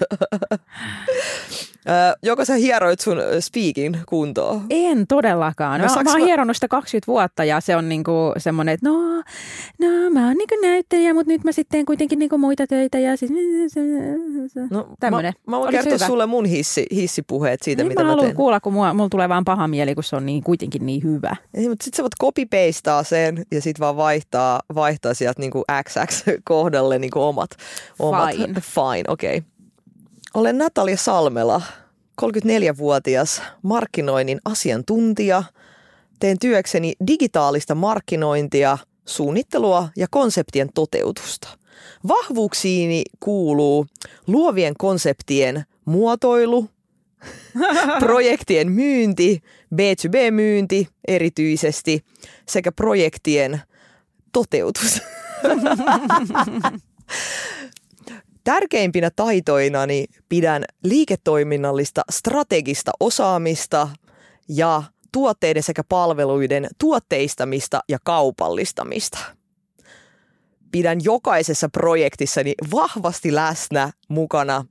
Joko sä hieroit sun speakin kuntoon? En todellakaan. Mä, mä oon mä... hieronnut sitä kaksikymmentä vuotta ja se on niinku semmoinen, että no, no mä oon niinku näyttelijä, mutta nyt mä sitten teen kuitenkin niinku muita töitä ja siis no, tämmönen. Mä, mä voin kertoa hyvä? Sulle mun hissi, hissipuheet siitä, niin mitä mä, mä haluan teen. kuulla, kun mulla, mulla tulee vaan paha mieli, kun se on niin, kuitenkin niin hyvä. Ei, mutta sit sä voit copy-pastaa sen ja sit vaan vaihtaa, vaihtaa sieltä niinku X X kohdalle niinku omat. omat. Fine. Fine, okei. Okay. Olen Natalia Salmela, kolmekymmentäneljävuotias markkinoinnin asiantuntija. Teen työkseni digitaalista markkinointia, suunnittelua ja konseptien toteutusta. Vahvuuksiini kuuluu luovien konseptien muotoilu, projektien myynti, B to B-myynti erityisesti sekä projektien toteutus. Tärkeimpinä taitoinani pidän liiketoiminnallista strategista osaamista ja tuotteiden sekä palveluiden tuotteistamista ja kaupallistamista. Pidän jokaisessa projektissani vahvasti läsnä mukana.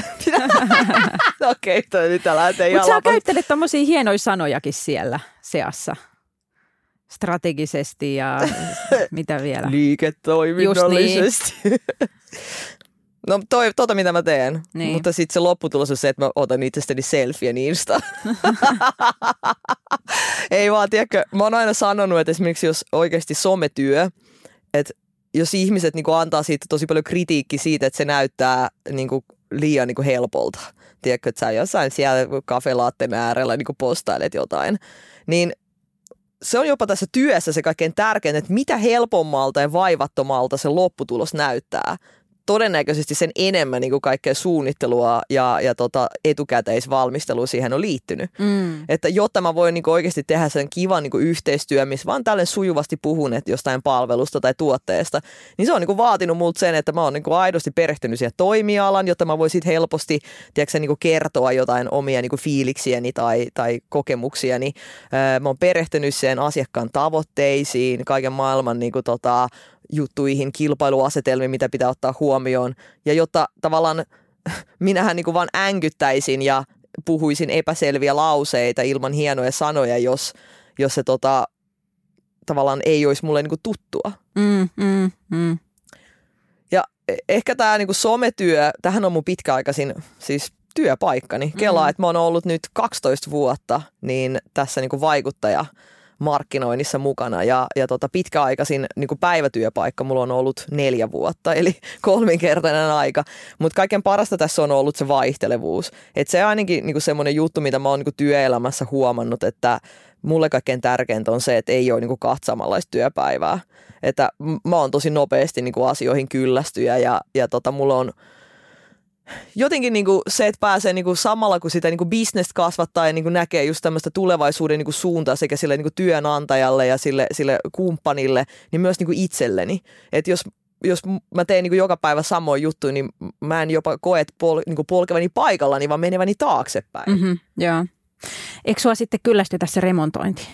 Okei, toi nyt lähtee Mutta sä käyttelet tommosia hienoja sanojakin siellä seassa. Strategisesti ja mitä vielä? Liiketoiminnallisesti. Niin. No toi, tota mitä mä teen, niin. Mutta sitten se lopputulos on se, että mä otan itsestäni selfien Insta. Ei vaan, tiedätkö, mä oon aina sanonut, että esimerkiksi jos oikeasti sometyö, että jos ihmiset niin kuin antaa siitä tosi paljon kritiikkiä siitä, että se näyttää niin kuin liian niin kuin helpolta, tiedätkö, että sä jossain siellä kafelaatten äärellä niin kuin postailet jotain, niin se on jopa tässä työssä se kaikkein tärkein, että mitä helpommalta ja vaivattomalta se lopputulos näyttää. Todennäköisesti sen enemmän niin kuin kaikkea suunnittelua ja, ja tota, etukäteisvalmistelua siihen on liittynyt. Mm. Että jotta mä voin niin kuin oikeasti tehdä sen kivan niin kuin yhteistyö, missä vaan tälleen sujuvasti puhun että jostain palvelusta tai tuotteesta, niin se on niin kuin vaatinut multa sen, että mä oon niin kuin aidosti perehtynyt siihen toimialan, jotta mä voin sit helposti tiedätkö, niin kuin kertoa jotain omia niin kuin fiiliksiäni tai, tai kokemuksiani. Mä oon perehtynyt sen asiakkaan tavoitteisiin, kaiken maailman niin kuin, tota, juttuihin, kilpailuasetelmiin, mitä pitää ottaa huomioon. Ja jotta tavallaan minähän niin kuin vaan änkyttäisin ja puhuisin epäselviä lauseita ilman hienoja sanoja, jos, jos se tota, tavallaan ei olisi mulle niin kuin tuttua. Mm, mm, mm. Ja ehkä tämä niin kuin sometyö, tämähän on mun pitkäaikaisin siis työpaikkani. Kelaa, mm. että mä oon ollut nyt kaksitoista vuotta niin tässä niin kuin vaikuttaja markkinoinnissa mukana ja, ja tota pitkäaikaisin niin kuin päivätyöpaikka mulla on ollut neljä vuotta, eli kolminkertainen aika. Mutta kaiken parasta tässä on ollut se vaihtelevuus. Et se ainakin niin kuin semmoinen juttu, mitä mä oon niin kuin työelämässä huomannut, että mulle kaikkein tärkeintä on se, että ei ole niin kuin kahta samanlaista työpäivää. Että mä oon tosi nopeasti niin kuin asioihin kyllästyjä ja, ja tota, mulla on jotenkin niinku se, että pääsee niinku samalla kun sitä niinku business kasvattaa ja niinku näkee just tämmöistä tulevaisuuden niinku suuntaa sekä sille niinku työnantajalle ja sille, sille kumppanille, niin myös niinku itselleni. Että jos, jos mä teen niinku joka päivä samoin juttuja, niin mä en jopa koe, että pol, niinku polkevani paikallani, vaan meneväni taaksepäin. Mm-hmm, joo. Eikö sua sitten kyllästytä se remontointi?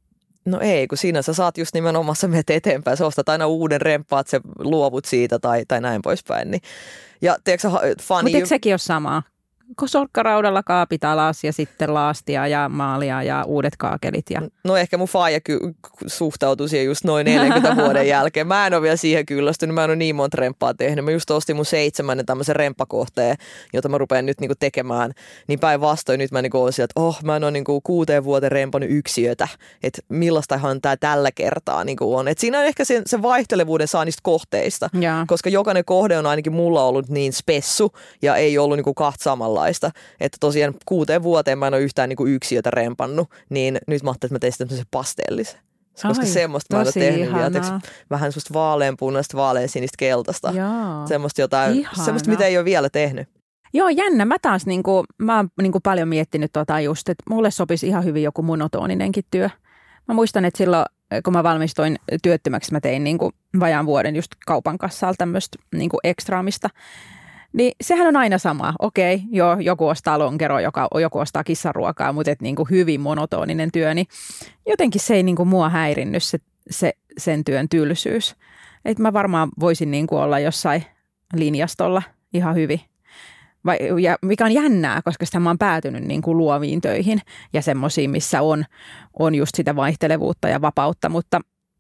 No ei, kun siinä sä saat just nimenomaan, sä menet eteenpäin, sä ostat aina uuden remppaat, sä luovut siitä tai, tai näin poispäin. Niin. Ja tiedätkö fani... Mutta eikö sekin ole samaa? Sorkkaraudalla kaapit alas ja sitten laastia ja maalia ja uudet kaakelit. Ja... No ehkä mun faija ky- suhtautui siihen just noin neljänkymmenen vuoden jälkeen. Mä en ole vielä siihen kyllästynyt, mä en ole niin monta remppaa tehnyt. Mä just ostin mun seitsemännen tämmöisen remppakohteen, jota mä rupean nyt niinku tekemään. Niin päinvastoin nyt mä niinku oon sieltä, että oh mä en ole niinku kuuteen vuoteen rempannut yksiötä. Että millaistahan tää tällä kertaa niinku on. Et siinä on ehkä se, se vaihtelevuuden saa niistä kohteista. Ja. Koska jokainen kohde on ainakin mulla ollut niin spessu ja ei ollut niinku kahta samalla. Että tosiaan kuuteen vuoteen mä en ole yhtään niinku yksiötä rempannut, niin nyt mä ajattelin, että mä tein tämmöisen pasteellisen. Koska Ai, semmoista mä en ole tehnyt vielä. Vähän semmoista vaaleanpunaista, vaaleansinistä keltaista. Jaa, semmoista jotain, ihana. Semmoista mitä ei ole vielä tehnyt. Joo, jännä. Mä taas niinku, mä oon niinku paljon miettinyt tota just, että mulle sopisi ihan hyvin joku monotoninenkin työ. Mä muistan, että silloin kun mä valmistuin työttömäksi, mä tein niinku vajaan vuoden just kaupan kassalla tämmöistä niinku ekstraamista. Niin sehän on aina sama. Okei, joo, joku ostaa lonkeroa, joka, joku ostaa kissaruokaa, mutta et niinku hyvin monotoninen työ, niin jotenkin se ei niinku mua häirinnyt se, se, sen työn tylsyys. Et mä varmaan voisin niinku olla jossain linjastolla ihan hyvin. Vai, ja mikä on jännää, koska sitä mä oon päätynyt niinku luoviin töihin ja semmoisiin, missä on, on just sitä vaihtelevuutta ja vapautta, mutta,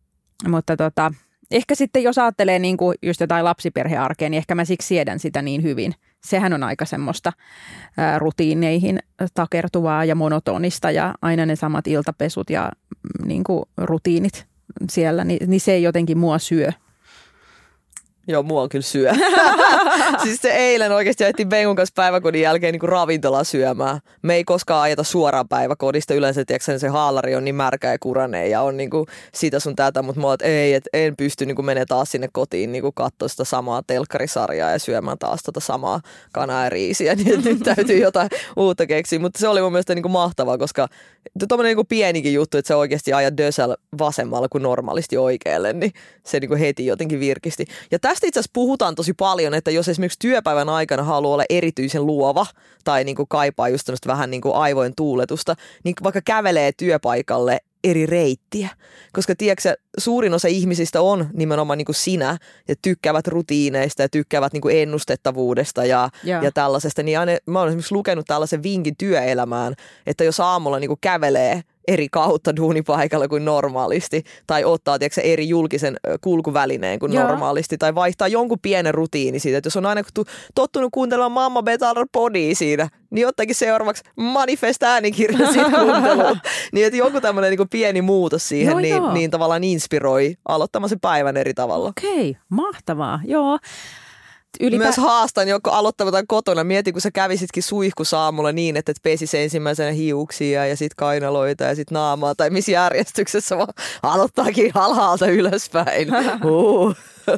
mutta tota... Ehkä sitten jos ajattelee niin kuin just jotain lapsiperhearkea, niin ehkä mä siksi siedän sitä niin hyvin. Sehän on aika semmoista ää, rutiineihin takertuvaa ja monotonista ja aina ne samat iltapesut ja niin kuin rutiinit siellä, niin, niin se ei jotenkin mua syö. Joo, mua on kyllä syö. Siis se eilen oikeasti ajettiin Bengun kanssa päiväkodin jälkeen niin ravintola syömään. Me ei koskaan ajeta suoraan päiväkodista. Yleensä tiedätkö, se haalari on niin märkä ja kurainen ja on niin kuin sitä sun tätä. Mutta mä oon, että ei, että en pysty niin menemään taas sinne kotiin niin katsoa sitä samaa telkkarisarjaa ja syömään taas tota samaa kanaa ja riisiä. Niin nyt täytyy jotain uutta keksiä. Mutta se oli mun mielestä niin kuin mahtavaa, koska tuommoinen niin pienikin juttu, että se oikeasti ajaa dösällä vasemmalla kuin normaalisti oikealle, niin se niin kuin heti jotenkin virkisti. Ja tästä itse asiassa puhutaan tosi paljon, että jos esimerkiksi työpäivän aikana haluaa olla erityisen luova tai niin kuin kaipaa just vähän niin kuin aivojen tuuletusta, niin vaikka kävelee työpaikalle eri reittiä. Koska tiedätkö, suurin osa ihmisistä on nimenomaan niin kuin sinä ja tykkäävät rutiineista ja tykkäävät niin kuin ennustettavuudesta ja, ja tällaisesta. Niin aina, mä olen esimerkiksi lukenut tällaisen vinkin työelämään, että jos aamulla niin kuin kävelee eri kautta duunipaikalla kuin normaalisti tai ottaa tiedätkö, eri julkisen kulkuvälineen kuin Joo. normaalisti tai vaihtaa jonkun pienen rutiini siitä, että jos on aina tottunut kuuntelemaan Mamma Better Podia siinä, niin ottaakin seuraavaksi Manifest äänikirjan siitä kuunteluun. Niin että joku tämmöinen niin kuin pieni muutos siihen joo, niin, joo. niin tavallaan inspiroi aloittamaan sen päivän eri tavalla. Okei, mahtavaa, joo. Ylipä... Myös haastan, joko aloittavat kotona. Mieti, kun sä kävisitkin suihkusaamulla niin, että et pesis ensimmäisenä hiuksia ja sitten kainaloita ja sitten naamaa. Tai missä järjestyksessä vaan aloittaakin alhaalta ylöspäin. Uh.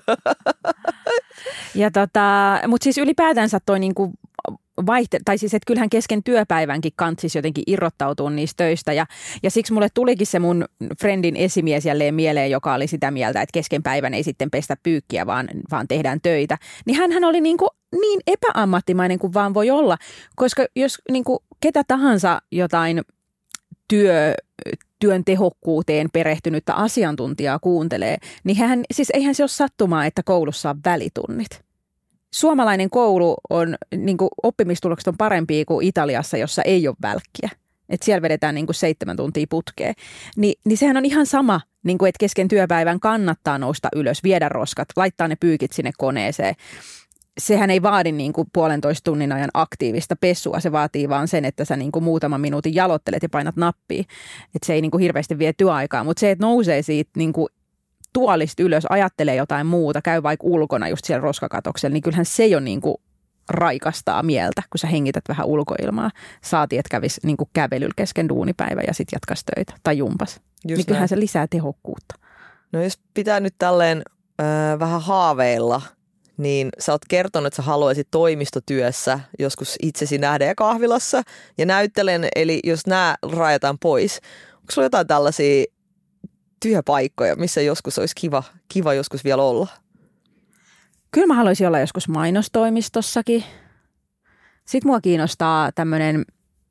ja tota, mutta siis ylipäätänsä toi niinku vaihte- tai siis, että kyllähän kesken työpäivänkin kantsis jotenkin irrottautua niistä töistä ja, ja siksi mulle tulikin se mun friendin esimies jälleen mieleen, joka oli sitä mieltä, että kesken päivän ei sitten pestä pyykkiä, vaan, vaan tehdään töitä. Niin hänhän oli niin, kuin niin epäammattimainen kuin vaan voi olla, koska jos niin kuin ketä tahansa jotain työ, työn tehokkuuteen perehtynyttä asiantuntijaa kuuntelee, niin hän, siis eihän se ole sattumaa, että koulussa on välitunnit. Suomalainen koulu on, niin kuin oppimistulokset on parempia kuin Italiassa, jossa ei ole välkkiä. Että siellä vedetään niin kuin seitsemän tuntia putkeen. Ni, niin sehän on ihan sama, niin kuin, että kesken työpäivän kannattaa nousta ylös, viedä roskat, laittaa ne pyykit sinne koneeseen. Sehän ei vaadi niin kuin puolentoista tunnin ajan aktiivista pesua. Se vaatii vaan sen, että sä niin kuin muutaman minuutin jalottelet ja painat nappia. Että se ei niin kuin hirveästi vie työaikaa, mutta se, että nousee siitä niin kuin tuolista ylös, ajattelee jotain muuta, käy vaikka ulkona just siellä roskakatoksella, niin kyllähän se jo niin kuin raikastaa mieltä, kun sä hengität vähän ulkoilmaa. Saatiin, että kävisi niin kuin kävelyllä kesken duunipäivä ja sitten jatkaisi töitä tai jumpas. Just niin kyllähän näin. Se lisää tehokkuutta. No jos pitää nyt tälleen äh, vähän haaveilla, niin sä oot kertonut, että sä haluaisit toimistotyössä joskus itsesi nähdä ja kahvilassa ja näyttelen, eli jos nämä rajataan pois, onko sulla jotain tällaisia työpaikkoja, missä joskus olisi kiva, kiva joskus vielä olla? Kyllä mä haluaisin olla joskus mainostoimistossakin. Sitten mua kiinnostaa tämmöinen,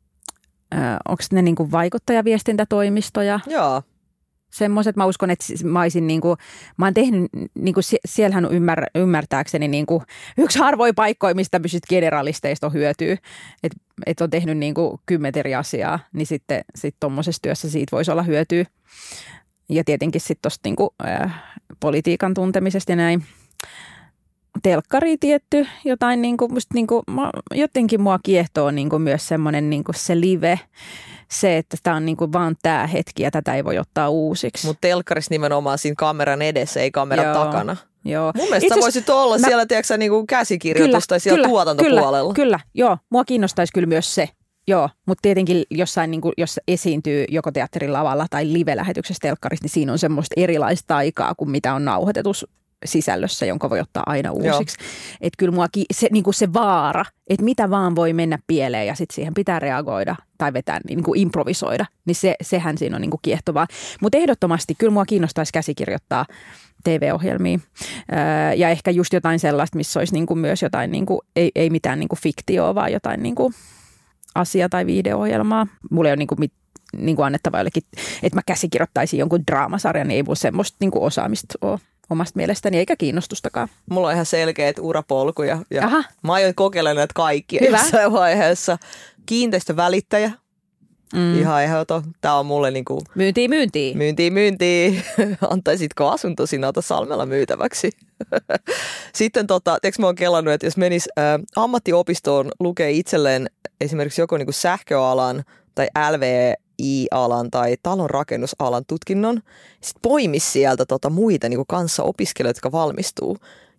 onko ne niinku vaikuttajaviestintätoimistoja? Joo. Semmoiset, mä uskon, että mä olisin niinku, mä oon tehnyt, niinku siellähän ymmär, ymmärtääkseni niinku yksi harvoja paikkoja, mistä tämmöisistä generalisteista on hyötyä. Että et on tehnyt niinku kymmentä eri asiaa, niin sitten sit tommosessa työssä siitä voisi olla hyötyä. Ja tietenkin sitten tuosta niinku, äh, politiikan tuntemisesta ja näin. Telkkari tietty, jotain niinku, musta niinku, jotenkin mua kiehtoo niinku myös semmoinen niinku se live, se, että tämä on niinku vaan tämä hetki ja tätä ei voi ottaa uusiksi. Mutta telkkarissa nimenomaan siinä kameran edessä, ei kameran Joo. takana. Joo. Mun mielestä sä voisit olla mä... siellä tiedätkö, niinku käsikirjoitus tai siellä kyllä, tuotantopuolella. Kyllä, kyllä, joo. Mua kiinnostaisi kyllä myös se. Joo, mutta tietenkin jossain, niin kuin, jos esiintyy joko teatterin lavalla tai live-lähetyksessä telkkarissa, niin siinä on semmoista erilaista aikaa kuin mitä on nauhoitetus sisällössä, jonka voi ottaa aina uusiksi. Että kyllä mua se, niin kuin se vaara, että mitä vaan voi mennä pieleen ja sitten siihen pitää reagoida tai vetää, niin kuin improvisoida, niin se, sehän siinä on niin kuin kiehtovaa. Mutta ehdottomasti kyllä mua kiinnostaisi käsikirjoittaa T V-ohjelmia öö, ja ehkä just jotain sellaista, missä olisi niin kuin myös jotain, niin kuin, ei, ei mitään niin kuin fiktioa, vaan jotain niin kuin asia- tai video-ohjelmaa. Mulla ei ole niin kuin, niin kuin annettava jollekin, että mä käsikirjoittaisin jonkun draamasarjan, niin ei mulla semmoista niin kuin osaamista ole omasta mielestäni, eikä kiinnostustakaan. Mulla on ihan selkeät urapolkuja ja Aha. mä aion kokeilla näitä kaikkia Hyvä. Jossain vaiheessa. Kiinteistövälittäjä. Mm. Ihan ehdoton. Tää on mulle niinku... Myyntiin, myyntiin. Myyntiin, myyntiin. Antaisitko asuntosi Nata Salmella myytäväksi? Sitten tota, teekö mä oon kelannut, että jos menis ä, ammattiopistoon lukee itselleen esimerkiksi joko niinku sähköalan tai L V I-alan tai talonrakennusalan tutkinnon, sitten poimis sieltä tota muita niinku kanssa opiskelijoita, jotka valmistuu.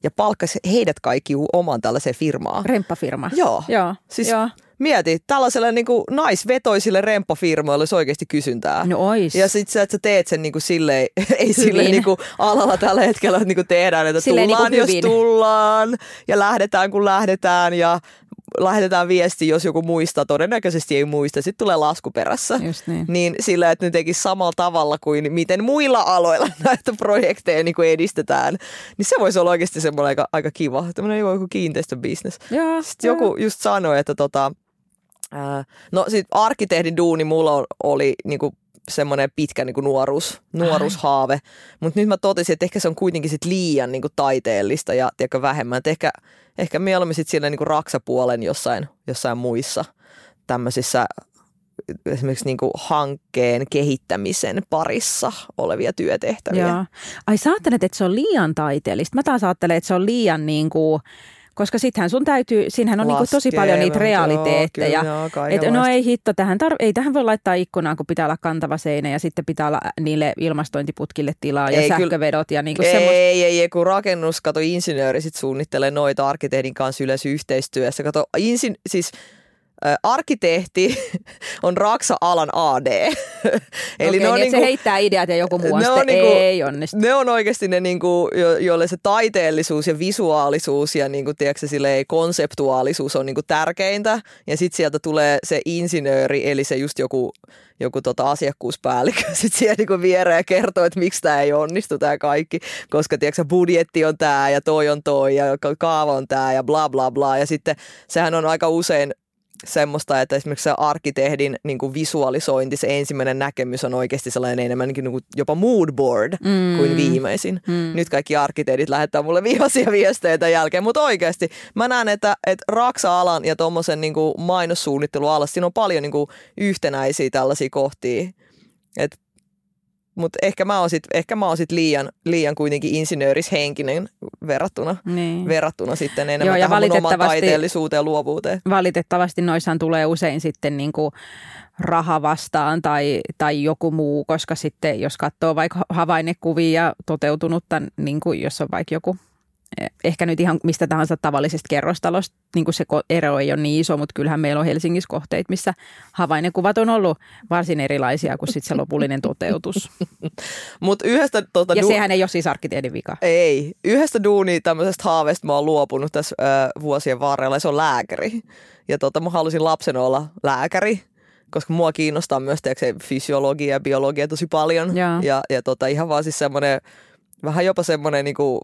ja palkkasi heidät kaikki oman tällaiseen firmaan. Remppafirma. Joo. Joo. Siis Joo. mieti, tällaiselle niin kuin naisvetoisille remppafirmoille olisi oikeasti kysyntää. No ois. Ja sit sä, että sä teet sen niin kuin silleen, ei silleen niin kuin alalla tällä hetkellä niin kuin tehdään, että silleen tullaan niin jos tullaan ja lähdetään kun lähdetään ja lähetetään viesti, jos joku muistaa, todennäköisesti ei muista, sitten tulee lasku perässä. Just niin. Niin sillä, että ne tekisi samalla tavalla kuin miten muilla aloilla näitä projekteja niin kuin edistetään, niin se voisi olla oikeasti semmoinen aika, aika kiva, tämmöinen joku kiinteistöbisnes. Joo, sitten joo. Joku just sanoi, että tota, ää, no sit arkkitehdin duuni mulla oli niinku semmoinen pitkä niinku nuoruus, nuoruushaave, mutta nyt mä totesin, että ehkä se on kuitenkin sit liian niinku taiteellista ja tiedätkö, vähemmän, että ehkä, ehkä mieluummin sit siinä niinku raksapuolen jossain, jossain muissa tämmöisissä esimerkiksi niinku hankkeen kehittämisen parissa olevia työtehtäviä. Joo. Ai sä ajattelet, että se on liian taiteellista. Mä taas ajattelen, että se on liian niinku, koska sittenhän sun täytyy, siinähän on niinku tosi paljon niitä realiteetteja. Joo, kyllä, et, no ei hitto, tähän tar- ei tähän voi laittaa ikkunaan, kun pitää olla kantava seinä ja sitten pitää olla niille ilmastointiputkille tilaa ja ei, sähkövedot. Ja niinku ei, semmos... ei, ei, ei, kun rakennus, kato insinööri sit suunnittelee noita arkkitehdin kanssa yleensä yhteistyössä. Kato, insin, siis... Arkkitehti on raksa-alan A D. Eli okay, ne on niin niinku, se heittää ideat ja joku muu on sitten niinku, ei onnistu. Ne on oikeasti ne, niinku, jo, joille se taiteellisuus ja visuaalisuus ja niinku, tiedätkö, silleen, konseptuaalisuus on niinku tärkeintä. Ja sitten sieltä tulee se insinööri, eli se just joku, joku tota asiakkuuspäällikkö sitten siellä niinku viereen ja kertoo, että miksi tämä ei onnistu tämä kaikki. Koska tiedätkö, budjetti on tämä ja toi on toi ja kaava on tämä ja bla bla bla. Ja sitten sehän on aika usein semmoista, että esimerkiksi se arkkitehdin niin kuin visualisointi, se ensimmäinen näkemys on oikeasti sellainen enemmän niin kuin jopa moodboard mm. kuin viimeisin. Mm. Nyt kaikki arkkitehdit lähettää mulle vihaisia viestejä tämän jälkeen, mutta oikeasti mä näen, että, että raksa-alan ja tuommoisen niin kuin mainossuunnittelualassa siinä on paljon niin kuin yhtenäisiä tällaisia kohtia. Et Mutta ehkä mä oon sit, ehkä mä oon sit liian, liian kuitenkin insinöörishenkinen verrattuna, niin. verrattuna sitten enemmän Joo, tähän mun oman taiteellisuuteen ja luovuuteen. Valitettavasti noissahan tulee usein sitten niinku raha vastaan tai, tai joku muu, koska sitten jos katsoo vaikka havainnekuvia ja toteutunutta, niin kuin jos on vaikka joku, ehkä nyt ihan mistä tahansa tavallisesta kerrostalosta, niin kuin se ero ei ole niin iso, mutta kyllähän meillä on Helsingissä kohteita, missä havainnekuvat on ollut varsin erilaisia kuin sitten se lopullinen toteutus. Mut yhdestä, tota, ja du- sehän ei ole siis arkkitehdin vika. Ei. Yhdestä duunia tämmöisestä haaveesta mä oon luopunut tässä äh, vuosien varrella ja se on lääkäri. Ja tota, mä halusin lapsen olla lääkäri, koska mua kiinnostaa myös teokseen fysiologia ja biologia tosi paljon. Ja, ja, ja tota, ihan vaan siis semmoinen, vähän jopa semmoinen niinku,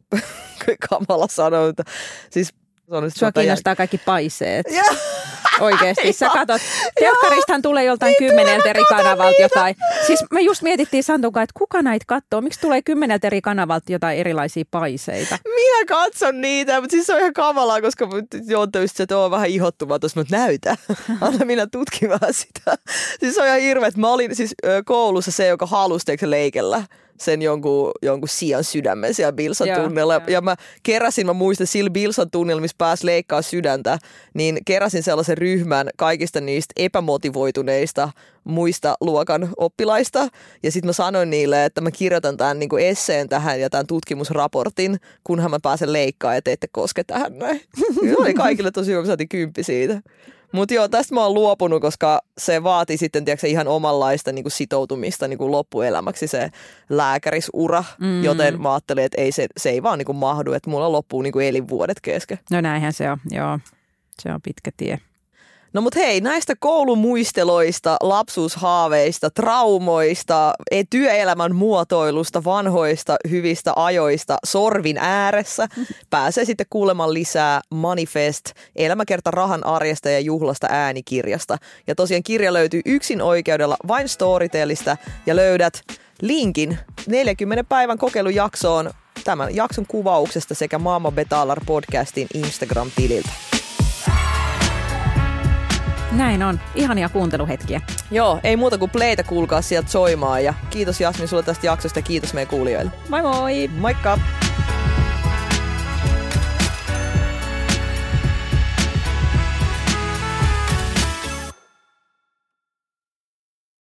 kamala sanoa, mutta siis on sua kiinnostaa jär... kaikki paiseet. Ja. Oikeesti. Sä katot, telkkaristahan tulee joltain niin kymmeneltä eri kanavalta jotain. Siis me just mietittiin Santunkaan, että kuka näitä katsoo? Miksi tulee kymmeneltä eri kanavalta jotain erilaisia paiseita? Minä katson niitä, mutta siis se on ihan kamalaa, koska Joonta että on vähän ihottumaa tuossa, mutta näytä. Anna minä tutkimaan sitä. Siis se on ihan hirveä, että mä olin siis koulussa se, joka halusi teeksi leikellä sen jonkun, jonkun sian sydämen siellä Bilsan tunnella. Ja, ja mä keräsin, mä muistan sillä Bilsan tunnella, missä pääsi leikkaa sydäntä, niin keräsin sellaisen ryhmän kaikista niistä epämotivoituneista muista luokan oppilaista. Ja sitten mä sanoin niille, että mä kirjoitan tämän niin kuin esseen tähän ja tämän tutkimusraportin, kunhan mä pääsen leikkaamaan ja te ette koske tähän näin. Se oli kaikille tosi hyvä, kun saatiin kymppi siitä. Mutta joo, tästä mä oon luopunut, koska se vaatii sitten tiedätkö, ihan omanlaista niin kuin sitoutumista niin kuin loppuelämäksi se lääkärisura, mm. joten mä ajattelin, että ei, se, se ei vaan niin kuin mahdu, että mulla loppuu niin kuin elinvuodet kesken. No näinhän se on, joo. Se on pitkä tie. No mut hei, näistä koulumuisteloista, lapsuushaaveista, traumoista, työelämän muotoilusta, vanhoista, hyvistä ajoista sorvin ääressä pääsee sitten kuulemaan lisää Manifest, elämäkerta rahan arjesta ja juhlasta äänikirjasta. Ja tosiaan kirja löytyy yksin oikeudella vain Storytelista ja löydät linkin neljänkymmenen päivän kokeilujaksoon tämän jakson kuvauksesta sekä Mamma Betalar podcastin Instagram-tililtä. Näin on. Ihania kuunteluhetkiä. Joo, ei muuta kuin playtä kuulkaa sieltä soimaan ja kiitos Jasmin sulle tästä jaksosta ja kiitos meidän kuulijoille. Moi moi! Moikka!